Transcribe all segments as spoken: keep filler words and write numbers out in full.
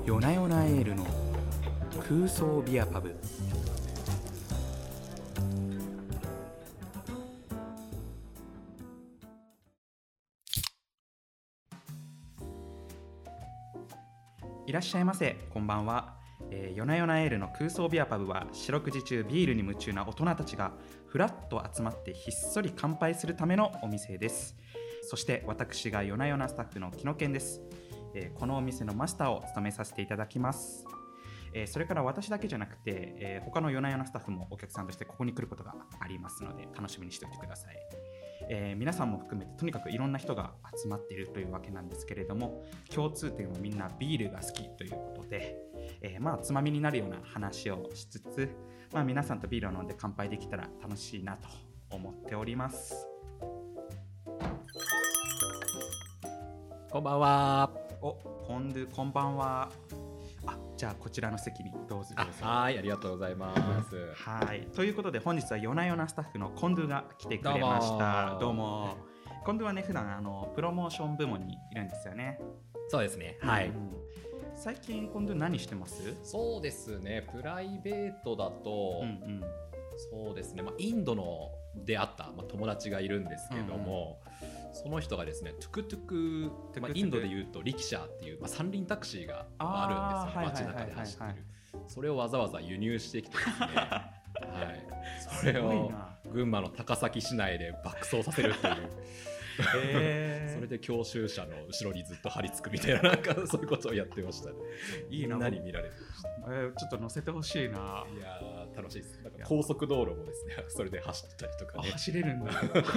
夜な夜なエールの空想ビアパブ。いらっしゃいませ、こんばんは。えー、夜な夜なエールの空想ビアパブは、四六時中ビールに夢中な大人たちがふらっと集まってひっそり乾杯するためのお店です。そして私が夜な夜なスタッフの木野健です。えー、このお店のマスターを務めさせていただきます。えー、それから私だけじゃなくて、えー、他の夜な夜なスタッフもお客さんとしてここに来ることがありますので、楽しみにしておいてください。えー、皆さんも含めてとにかくいろんな人が集まっているというわけなんですけれども、共通点はみんなビールが好きということで、えー、まあつまみになるような話をしつつ、まあ、皆さんとビールを飲んで乾杯できたら楽しいなと思っております。 こんばんは。 お、こんどこんばんは。あ、じゃあこちらの席にどうぞどうぞ。 はい、ありがとうございます。 はい、ということで本日は夜な夜なスタッフのコンドゥが来てくれました。どうも。コンドゥはね、普段あのプロモーション部門にいるんですよね。 そうですね。はい。うん、 最近コンドゥ何してます？ そうですね。プライベートだと、うんうん、そうですね。まあインドの出会った、まあ、友達がいるんですけども。うんうん、その人がですね、トゥクトゥク、まあ、インドでいうとリキシャーっていう、まあ、三輪タクシーがあるんですよ、街中で走ってる。それをわざわざ輸入してきてですね、はい、それを群馬の高崎市内で爆走させるっていう、それで教習車の後ろにずっと張り付くみたいな、なんかそういうことをやってましたね。いいな、みんなに見られてました。 えー、ちょっと乗せてほしいな。いやー、楽しいです。なんか高速道路もですね、それで走ったりとかね。 走れるんだ。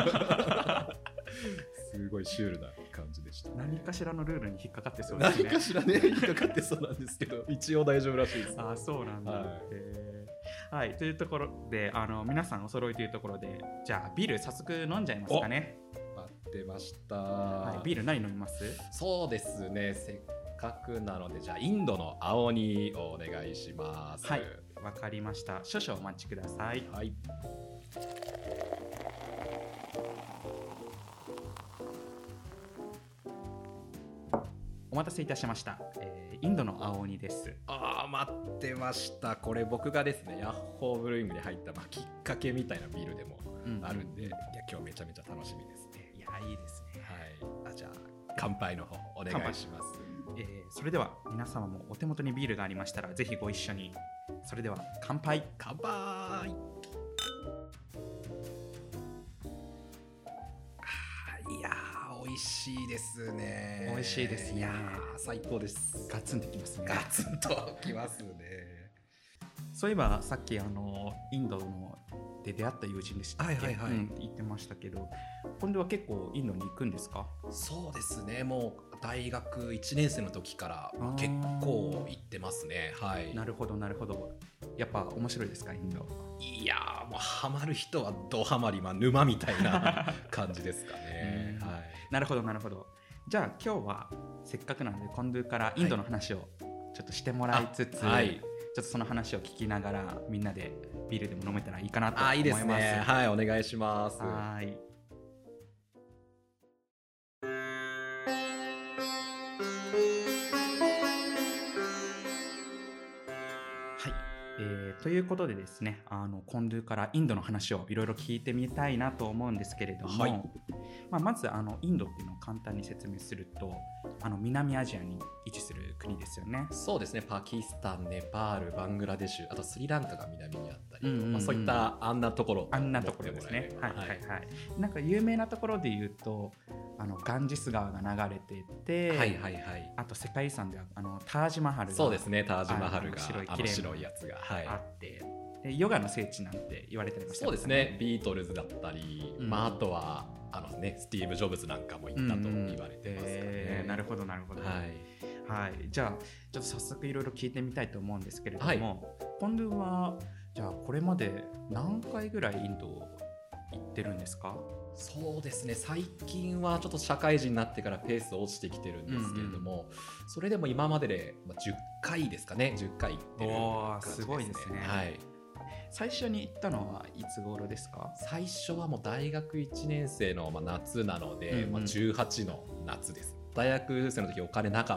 すごいシュールな感じでした、ね。 何かしらのルールに引っかかってそうですね。 何かしらね、引っかかってそうなんですけど、一応大丈夫らしいです。 あ、そうなんだ。はい、はい、というところで、あの皆さんお揃いというところで、じゃあビール早速飲んじゃいますかね。 待ってました、 はい。ビール何飲みます？ そうですね、せっかくなので、じゃあインドの青にをお願いします。 はい、わかりました。少々お待ちください。 はい。 お待たせいたしました、えー、インドの青鬼です。 あー、待ってました。これ僕がですね、ヤッホーブルーイングに入った、まあ、きっかけみたいなビールでもあるんで、うん、いや今日めちゃめちゃ楽しみですね。 いや、いいですね。 はい、あ、じゃあ乾杯の方お願いします。 えー、それでは皆様もお手元にビールがありましたらぜひご一緒に。それでは乾杯。 乾杯。いやー、美味しいですね。 美味しいですね。いや最高です。 ガツンときますね。 ガツンときますね。 そういえばさっきあのインドので出会った友人でしたっけ、はいはいはい、うん、言ってましたけど、今度は結構インドに行くんですか？ そうですね、もう大学いちねん生の時から結構行ってますね。はい。 なるほどなるほど。やっぱ面白いですか、インド？ いやー、もうハマる人はドハマり、まあ、沼みたいな感じですかね。はい、 なるほどなるほど。じゃあ今日はせっかくなので今度からインドの話をちょっとしてもらいつつ、はい、ちょっとその話を聞きながらみんなでビールでも飲めたらいいかなと思います。あ、いいですね。 はい、お願いします。 はい。えー、ということでですね、あのコンドゥからインドの話をいろいろ聞いてみたいなと思うんですけれども、はい、まあ、まずあのインドっていうのを簡単に説明すると、あの南アジアに位置する国ですよね。 そうですね、パキスタン、ネパール、バングラデシュ、あとスリランカが南にあったり、うんうんうん、まあ、そういったあんなところあんなところですね。はいはいはい。なんか有名なところで言うと、あのガンジス川が流れてて、はいはいはい、あと世界遺産ではあのタージマハルが、 そうですね、タージマハルが白い綺麗な白いやつが、はい、 あって、でヨガの聖地なんて言われてましたね。 そうですね、ビートルズだったり、うん、まあ、あとはあの、ね、スティーブ・ジョブズなんかも行ったと言われてますからね。うんうん、えー、 なるほどなるほど。はいはい、じゃあちょっと早速いろいろ聞いてみたいと思うんですけれども、はい、コンドゥはじゃあこれまで何回ぐらいインド行ってるんですか？ そうですね、最近はちょっと社会人になってからペース落ちてきてるんですけれども、うんうん、それでも今まででじゅっかいですかね。じゅっかい行ってる感じですね。 すごいですね。はい。最初に行ったのはいつ頃ですか？ 最初はもう大学いちねん生の夏なので、うんうん、まあ、じゅうはちの夏です。大学生の時お金なかったの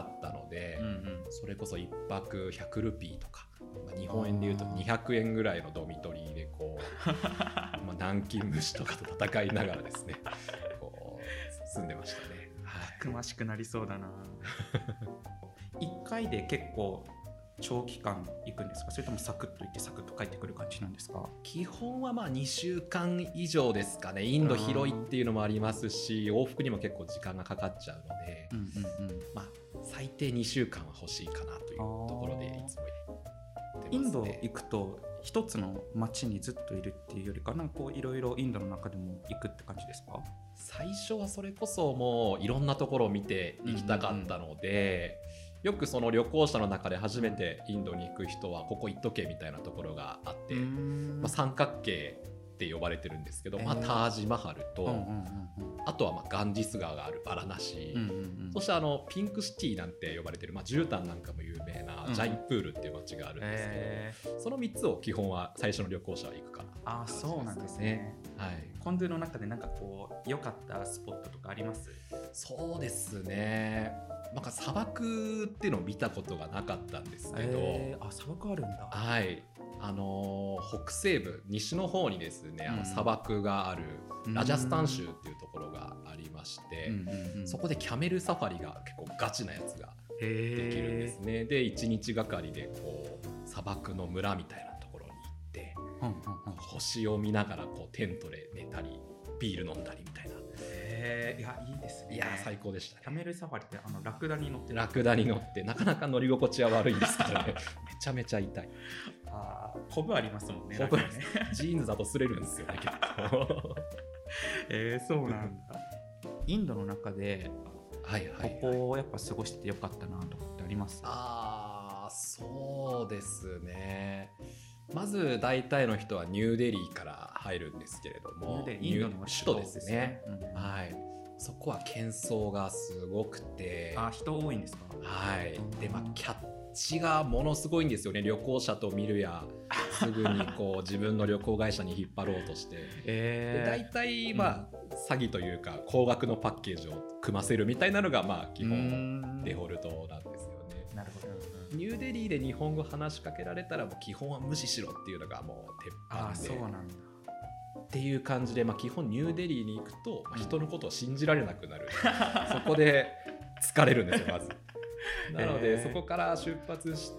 で、 うんうん、 それこそいっぱくひゃくルピーとか、まあ、日本円でいうとにひゃくえんぐらいのドミトリーでこうまあ南京虫とかと戦いながらですねこう住んでましたね。 たくましくなりそうだな。いっかいで結構長期間行くんですか、それともサクッと行ってサクッと帰ってくる感じなんですか？ 基本はまあにしゅうかん以上ですかね。インド広いっていうのもありますし、往復にも結構時間がかかっちゃうので、 うんうんうん、 まあ最低にしゅうかんは欲しいかなというところでいつも行ってますね。 インド行くと一つの街にずっといるっていうよりか、なんかこういろいろインドの中でも行くって感じですか？ 最初はそれこそもういろんなところを見て行きたかったので、うんうんうん、よくその旅行者の中で初めてインドに行く人はここ行っとけみたいなところがあって、まあ、三角形って呼ばれてるんですけど、えーまあ、タージマハルと、うんうんうんうん、あとはまあガンジス川があるバラナシ、うんうんうん、そしてあのピンクシティなんて呼ばれてる、まあ、絨毯なんかも有名なジャインプールっていう街があるんですけど、えー、そのみっつを基本は最初の旅行者は行くかな。 あ、そうなんですね。 はい、 コンドゥの中でなんかこう良かったスポットとかあります？ そうですね、なんか砂漠っていうのを見たことがなかったんですけど、えー、あ、砂漠あるんだ。 はい、あのー、北西部西の方にですね、うん、あの砂漠があるラジャスタン州っていうところがありまして、うんうんうん、そこでキャメルサファリが結構ガチなやつができるんですね。でいちにちがかりでこう砂漠の村みたいなところに行って、うんうんうん、星を見ながらこうテントで寝たりビール飲んだりみたいな。 へー、いやいいですね。 いや最高でしたね。 キャメルサファリってあのラクダに乗ってる？ ラクダに乗ってなかなか乗り心地は悪いんですけどねめちゃめちゃ痛い。 あ、コブありますもんね。 コブねジーンズだと擦れるんですよね結構えー、そうなんだ。インドの中で、はいはいはい、ここをやっぱ過ごしててよかったなとかってあります？ あー、そうですね、まず大体の人はニューデリーから入るんですけれども、 インドの首都ですね、 うん、はい、そこは喧騒がすごくて、 あ、人多いんですか？ はい、で、まあ、キャッチがものすごいんですよね。旅行者と見るやすぐにこう自分の旅行会社に引っ張ろうとして、えー、で大体まあ、うん、詐欺というか高額のパッケージを組ませるみたいなのがまあ基本デフォルトなんですよね。 なるほど。 ニューデリーで日本語話しかけられたらもう基本は無視しろっていうのがもう鉄板で、 あ、そうなんだっていう感じで、まあ、基本ニューデリーに行くと、まあ、人のことを信じられなくなる、うん、そこで疲れるんですよまずなので、えー、そこから出発して、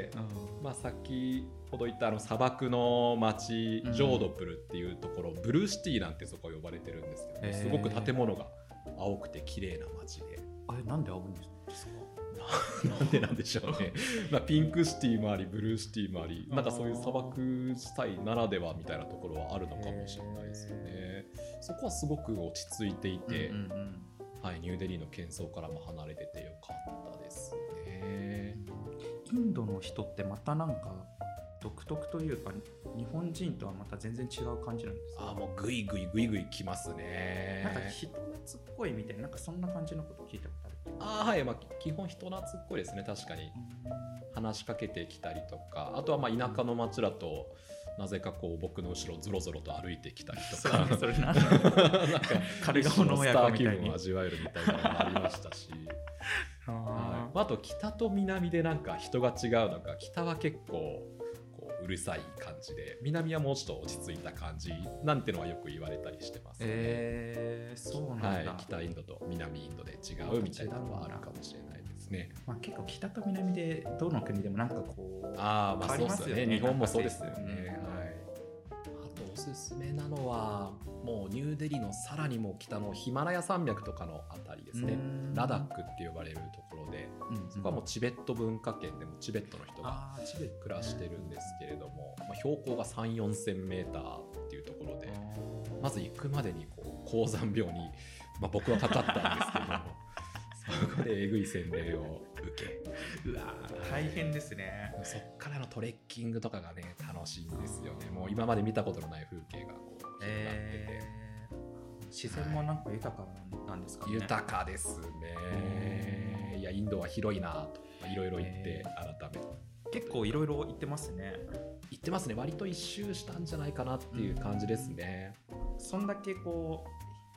うん、まあ、先ほど言ったあの砂漠の町、うん、ジョードプルっていうところ、ブルーシティなんてそこ呼ばれてるんですけど、えー、すごく建物が青くて綺麗な町で。 あれ、なんで青いんですか？ なんでなんでしょうねまあピンクシティもありブルーシティもあり、なんかそういう砂漠地帯ならではみたいなところはあるのかもしれないですよね。そこはすごく落ち着いていて、うんうんうん、はい、ニューデリーの喧騒からも離れててよかったですね。 インドの人ってまたなんか独特というか、日本人とはまた全然違う感じなんですか？ あ、もうグイグイグイグイきますね。 なんか人懐っこいみたいな、なんかそんな感じのこと聞いたことある。 あ、はい、まあ、基本人懐っこいですね。確かに話しかけてきたりとか、あとはまあ田舎の町だとなぜかこう僕の後ろをゾロゾロと歩いてきたりとか、 それなんかカルガモの親子みたいにスター気分を味わえるみたいなのもありましたしあ, はい、あと北と南でなんか人が違うのか、北は結構こううるさい感じで、南はもうちょっと落ち着いた感じなんてのはよく言われたりしてますね。 えー、そうなんだ、はい、 北インドと南インドで違うみたいなのはあるかもしれないですね。 まあ、結構北と南でどの国でもなんかこう、 あ、まあ、そうですよね。日本もそうですよね、うん、はい。あとおすすめなのはもうニューデリーのさらにも北のヒマラヤ山脈とかのあたりですね。ラダックって呼ばれるところで、うんうん、そこはもうチベット文化圏でもチベットの人が暮らしてるんですけれども、まあ、標高がさん、よんせんメーターっていうところで、まず行くまでにこう高山病に、まあ、僕はかかったんですけれどもそこでえぐい洗礼を受け、 うわ大変ですね。 そっからのトレッキングとかがね楽しいんですよね。もう今まで見たことのない風景がこう広がってて、えー、自然もなんか豊かなんですかね。 豊かですね。いやインドは広いなといろいろ言って改めて、 結構いろいろ行ってますね。 行ってますね。割と一周したんじゃないかなっていう感じですね。 うん、そんだけこう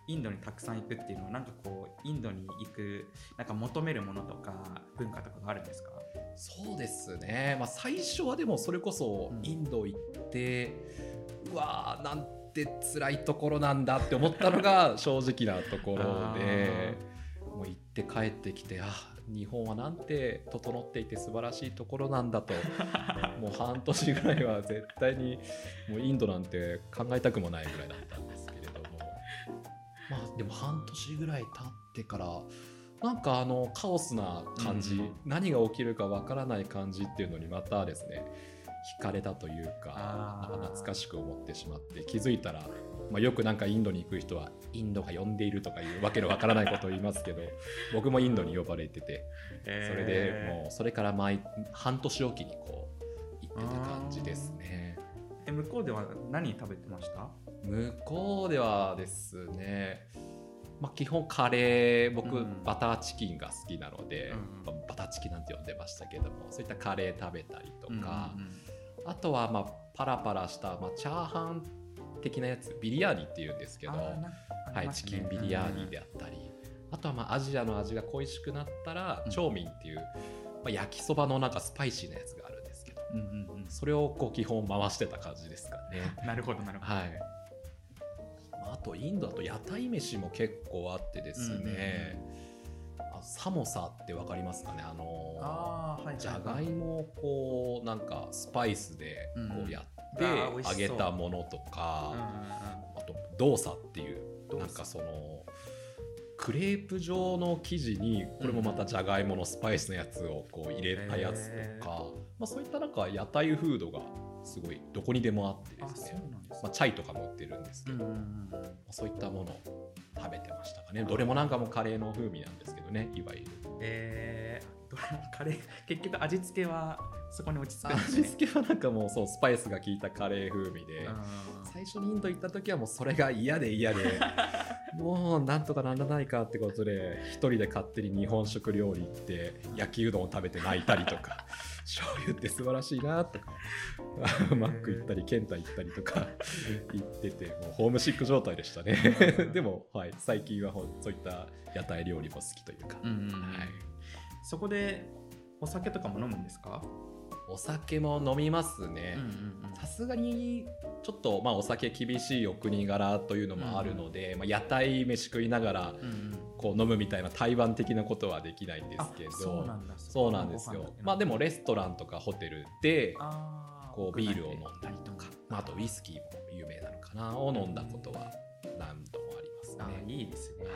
インドにたくさん行くっていうのはなんかこうインドに行くなんか求めるものとか文化とかがあるんですか？ そうですね、まあ、最初はでもそれこそインド行って、うん、うわーなんて辛いところなんだって思ったのが正直なところでもう行って帰ってきて、あ日本はなんて整っていて素晴らしいところなんだともう半年ぐらいは絶対にもうインドなんて考えたくもないぐらいだったんですけれども、まあでも半年ぐらい経ってからなんかあのカオスな感じ、うん、何が起きるかわからない感じっていうのにまたですね惹かれたというか懐かしく思ってしまって、気づいたら、まあ、よくなんかインドに行く人はインドが呼んでいるとかいうわけのわからないことを言いますけど僕もインドに呼ばれてて、それでもうそれから毎半年おきにこう行ってた感じですね。 え向こうでは何食べてました？ 向こうではですね、まあ、基本カレー、僕、うん、バターチキンが好きなので、うん、バターチキンなんて呼んでましたけども、そういったカレー食べたりとか、うんうんうん、あとはまあパラパラした、まあ、チャーハン的なやつ、ビリヤーニっていうんですけど、はい、チキンビリヤーニであったり、うんうん、あとはまあアジアの味が恋しくなったら、うん、チョーミンっていう、まあ、焼きそばのなんかスパイシーなやつがあるんですけど、うんうんうん、それをこう基本回してた感じですかね。 なるほどなるほど。 はい。あとインドだと屋台飯も結構あってですね、うんうんうん、あサモサって分かりますかね、あのあ、はい、じゃがいもをこうなんかスパイスでこうやって揚げたものとか、うんうんうん、あとドーサっていうなんかそのクレープ状の生地にこれもまたじゃがいものスパイスのやつをこう入れたやつとか、まあ、そういったなんか屋台フードがすごいどこにでもあってですね、まあ、チャイとかも売ってるんですけど、うんうんうん、まあ、そういったものを食べてましたかね。どれもなんかもうカレーの風味なんですけどね、いわゆる。 えー、どれもカレー結局味付けはそこに落ち着くんですね。 味付けはなんかもうそうスパイスが効いたカレー風味で、最初にインド行った時はもうそれが嫌で嫌でもうなんとかならないかってことで一人で勝手に日本食料理行って焼きうどんを食べて泣いたりとか醤油って素晴らしいなとかマック行ったりケンタ行ったりとか行ってて、もうホームシック状態でしたねでも、はい、最近はそういった屋台料理も好きというか、うんうん、はい、 そこでお酒とかも飲むんですか？ お酒も飲みますね。さすがにちょっと、まあ、お酒厳しいお国柄というのもあるので、うんうん、まあ、屋台飯食いながらこう飲むみたいな台湾的なことはできないんですけど、 そうなんだ、 そうなんですよ。まあ、でもレストランとかホテルでこうビールを飲んだりとか、まあ、あとウイスキーも有名なのかなを飲んだことは何度もありますね。 あ、いいですね、はい。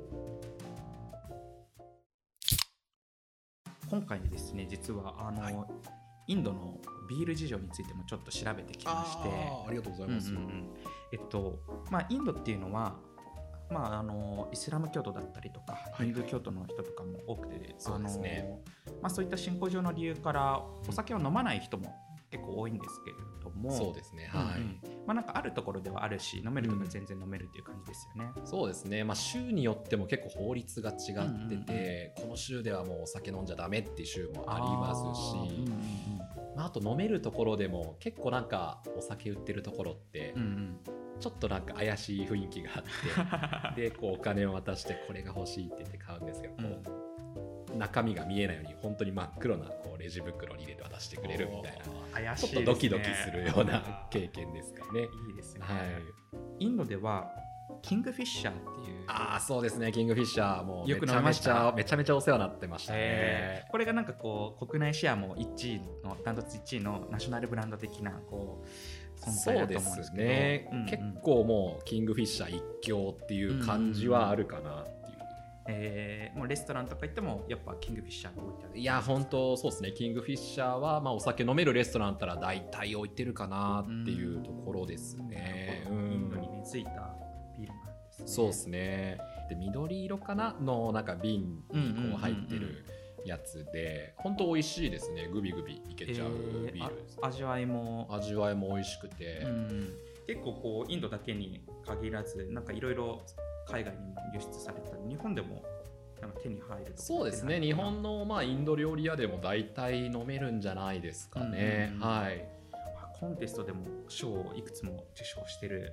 今回ですね、実はあの、はい、インドのビール事情についてもちょっと調べてきまして、 あ, ありがとうございます、うんうんうん、 えっとまあ、インドっていうのは、まあ、あのイスラム教徒だったりとか、ヒンドゥー教徒の人とかも多くて、はい、そうですね、まあ、そういった信仰上の理由からお酒を飲まない人も結構多いんですけれども、 そうですね、はい、うんうん、 まあ、なんかあるところではあるし、飲めるとか全然飲めるっていう感じですよね、 うん、そうですね、まあ、州によっても結構法律が違ってて、うんうんうん、この州ではもうお酒飲んじゃダメっていう州もありますし、あ、うんうんうん、まあ、あと飲めるところでも結構なんかお酒売ってるところって、うんうん、ちょっとなんか怪しい雰囲気があってでこうお金を渡してこれが欲しいって言って買うんですけど、こう、うん、中身が見えないように本当に真っ黒なこうレジ袋に入れて渡してくれるみたいな、怪しいですね、ちょっとドキドキするような経験ですかね。 いいですね、はい、インドではキングフィッシャーっていう、 ああ、そうですね、キングフィッシャーもめちゃめちゃめちゃめちゃお世話になってましたね、 えー、これがなんかこう国内シェアもいちいのダントツいちいのナショナルブランド的なこう存在だと思うんですけど、そうですね、うんうん、結構もうキングフィッシャー一強っていう感じはあるかなっていう、うんうん、 えー、もうレストランとか行ってもやっぱキングフィッシャーが置いてある。 いや本当そうですね、キングフィッシャーはまあお酒飲めるレストランだったら大体置いてるかなっていうところですね。 うん、インドに根付いたビールなんですね。 そうですね。で緑色かなのなんか瓶にこう入ってるやつで、本当美味しいですね。グビグビいけちゃうビールです、 えー、味わいも味わいも美味しくて、うん、 結構こうインドだけに限らずなんかいろいろ海外にも輸出されたり、日本でもなんか手に入ると。 そうですね、日本のまあインド料理屋でも大体飲めるんじゃないですかね、うんうんうん、はい。 コンテストでも賞をいくつも受賞してる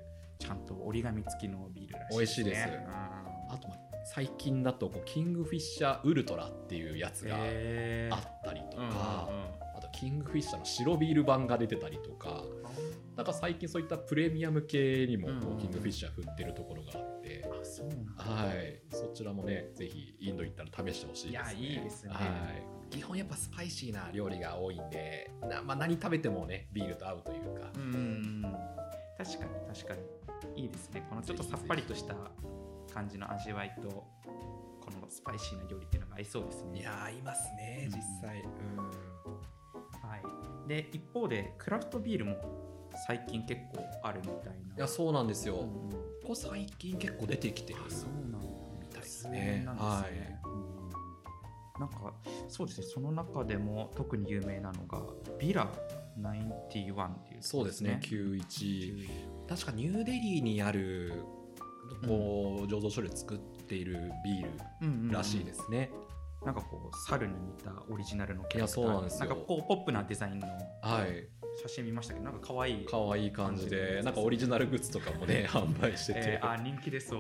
ちゃんと折り紙付きのビールらしいですね。 美味しいです。あと最近だとこうキングフィッシャーウルトラっていうやつがあったりとか、うんうんうん、あとキングフィッシャーの白ビール版が出てたりとか、なんか最近そういったプレミアム系にもこうキングフィッシャー振ってるところがあって、 うんうん、あ、そうなんだ、 はい、そちらもねぜひインド行ったら試してほしいですね。 いや、いいですね、はい、 基本やっぱスパイシーな料理が多いんで、な、まあ、何食べてもねビールと合うというか、 うん、確かに確かにいいですね。このちょっとさっぱりとした感じの味わいとこのスパイシーな料理っていうのが合いそうですね。 いや、合いますね、実際、うん、 はい、で一方でクラフトビールも最近結構あるみたいな。 いや、そうなんですよ、うん、 ここ最近結構出てきてるみたいですね。はい、 うん、なんかそうですね、その中でも特に有名なのがビラきゅうじゅういちっていう、ね、 そうですね、きゅうじゅういち、確かニューデリーにあるこう、うん、醸造所で作っているビールらしいですね。うんうんうん、 なんかこう猿に似たオリジナルのキャラクター、 いや、そうなんですよ。 なんかこうポップなデザインの写真見ましたけど、なんか可愛い可愛い感じで、なんかオリジナルグッズとかもね販売してて、 えー、あ、人気出そう。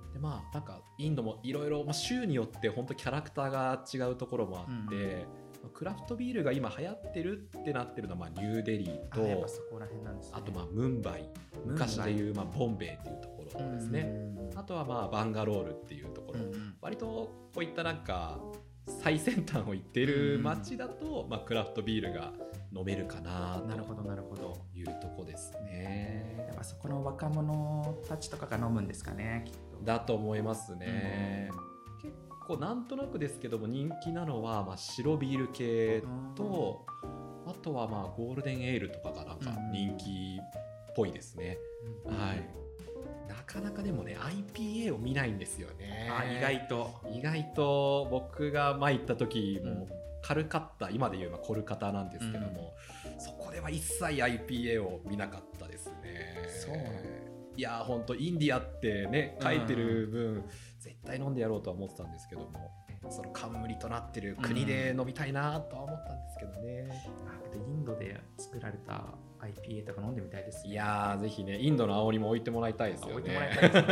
で、まあなんかインドもいろいろ州によって本当キャラクターが違うところもあって、うんうん、クラフトビールが今流行ってるってなってるのはまあニューデリーと、 あ, やっぱそこら辺なんですね。 あとまあムンバイ、昔でいうまあボンベイっていうところですね。あとはまあバンガロールっていうところ、うんうん、割とこういったなんか最先端を行っている街だと、うん、まあ、クラフトビールが飲めるかなというとこですね。 やっぱそこの若者たちとかが飲むんですかね、きっと。 だと思いますね。うん、結構なんとなくですけども人気なのはまあ白ビール系と、あとはまあゴールデンエールとかがなんか人気っぽいですね。うん、はい。なかなかでもね アイピーエー を見ないんですよね。 あ、意外と意外と僕が前行った時も、うん、カルカッタ、今で言うコルカタなんですけども、うん、そこでは一切 アイピーエー を見なかったですね。 そう。 いや本当インディアってね書いてる分、うん、絶対飲んでやろうとは思ってたんですけども、その冠となってる国で飲みたいなとは思ったんですけどね。うん、 あ、インドで作られた アイピーエー とか飲んでみたいですね。 いやーぜひね、インドの青にも置いてもらいたいですよね。 置いてもらいたいですね。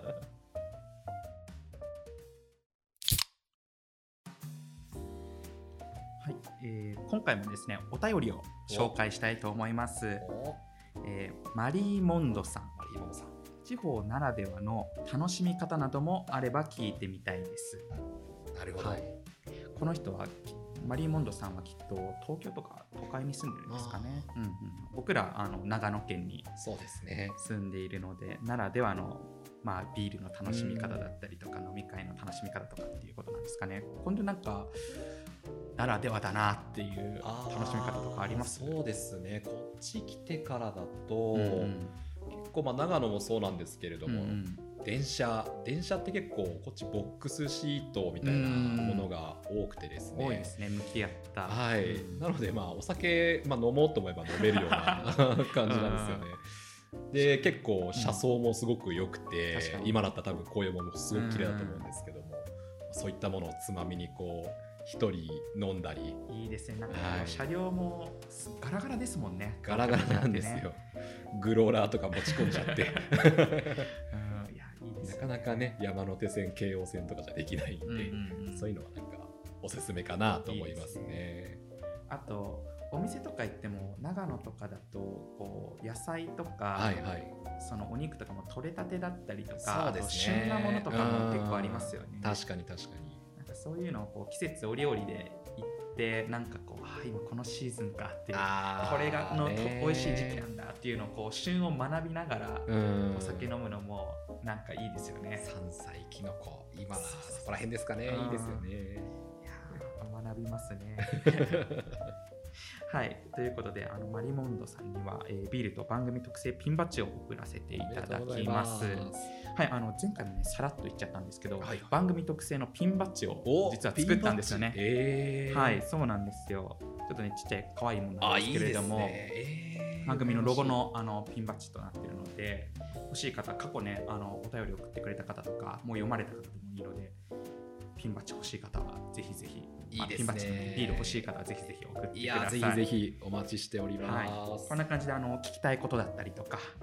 はい、えー、今回もですねお便りを紹介したいと思います。えー、マリーモンドさん。 マリーモンドさん、 地方ならではの楽しみ方などもあれば聞いてみたいです。 なるほど、はい、 この人はマリーモンドさんはきっと東京とか都会に住んでるんですかね。うんうん、僕らあの長野県に住んでいるので、ならではの、まあ、ビールの楽しみ方だったりとか飲み会の楽しみ方とかっていうことなんですかね。今度なんかならではだなっていう楽しみ方とかあります？ そうですね、こっち来てからだと、うんうん、結構まあ長野もそうなんですけれども、うんうん、電車電車って結構こっちボックスシートみたいなものが多くてですね、 多いですね、向き合った、 はい、なのでまあお酒、まあ、飲もうと思えば飲めるような感じなんですよね。で結構車窓もすごく良くて、うん、今だったら多分紅葉もすごく綺麗だと思うんですけども、うん、そういったものをつまみにこう一人飲んだり。 いいですね。なんか車両もガラガラですもんね。 ガラガラなんですよ。グローラーとか持ち込んじゃって、うん、いやいいですね。なかなかね山手線京王線とかじゃできないんで、うんうんうん、そういうのはなんかおすすめかなと思いますね。いいですね。 あとお店とか行っても長野とかだとこう野菜とか、 はいはい、 そのお肉とかも取れたてだったりとか、そうですね、あと旬なものとかも結構ありますよね。 確かに確かに。 なんかそういうのをこう季節折々で行ってなんかこう、あ、今このシーズンかっていう、これがの美味しい時期なんだっていうのをこう旬を学びながらお酒飲むのもなんかいいですよね。 山菜きのこ、今そこら辺ですかね。いいですよね。いや学びますね。はい、ということであのマリモンドさんには、えー、ビールと番組特製ピンバッジを送らせていただきます。はい、あの前回もねさらっと言っちゃったんですけど、はいはい、番組特製のピンバッジを実は作ったんですよね。 えー、 はい、そうなんですよ。ちょっとねちっちゃい可愛いものなんですけれども、 いいですね。えー、 番組のロゴのあのピンバッジとなっているので、欲しい方、過去ねあのお便り送ってくれた方とかもう読まれた方でもいいので、ピンバッジ欲しい方はぜひぜひ、 いいですね、 ピンバッジのビール欲しい方はぜひぜひ送ってください。 いやぜひぜひお待ちしております。 はい、こんな感じであの聞きたいことだったりとか、はい、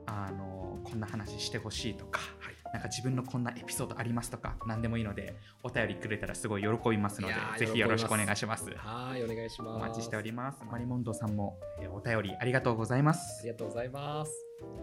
あのこんな話してほしいとか、 はい、 なんか自分のこんなエピソードありますとか何でもいいのでお便りくれたらすごい喜びますので、ぜひよろしくお願いします。 はい、お願いします。 お待ちしております。マリモンドさんもお便りありがとうございます。 ありがとうございます。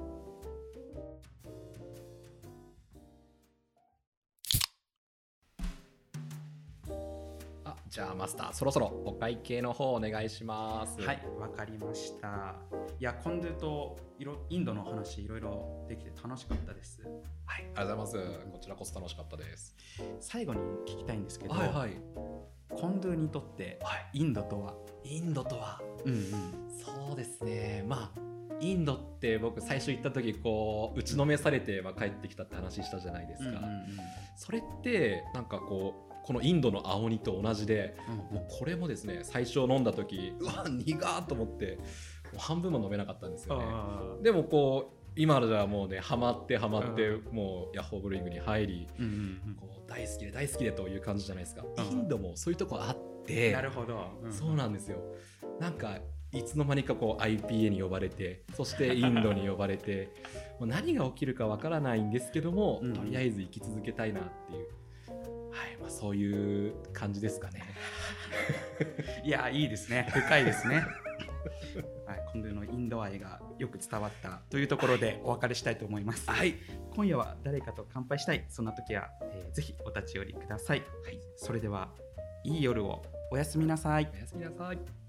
あ、じゃあマスター、そろそろお会計の方お願いします。 はい、わかりました。いや、コンドゥといろインドの話いろいろできて楽しかったです。 はい、ありがとうございます。こちらこそ楽しかったです。 最後に聞きたいんですけど、 はいはい、 コンドゥにとってインドとは、 インドとは、 うんうん、 そうですね、まあインドって僕最初行った時こう打ちのめされて、まあ、帰ってきたって話したじゃないですか、うんうんうん、それってなんかこうこのインドの青煮と同じで、うん、もうこれもですね最初飲んだ時うわ苦ーと思ってもう半分も飲めなかったんですよね。でもこう今のじゃもうねハマってハマって、うん、もうヤッホーブルーイングに入り、うんうんうん、こう大好きで大好きでという感じじゃないですか、うん、インドもそういうとこあって、 なるほど、 うん、そうなんですよ。なんかいつの間にかこう アイピーエー に呼ばれて、そしてインドに呼ばれてもう何が起きるかわからないんですけども、うん、とりあえず生き続けたいなっていう、はいまあ、そういう感じですかね。 いやいいですね、深いですね。はい、今度のインド愛がよく伝わったというところでお別れしたいと思います。はい、今夜は誰かと乾杯したい、そんな時は、えー、ぜひお立ち寄りください。はい、それではいい夜を。おやすみなさい。 おやすみなさい。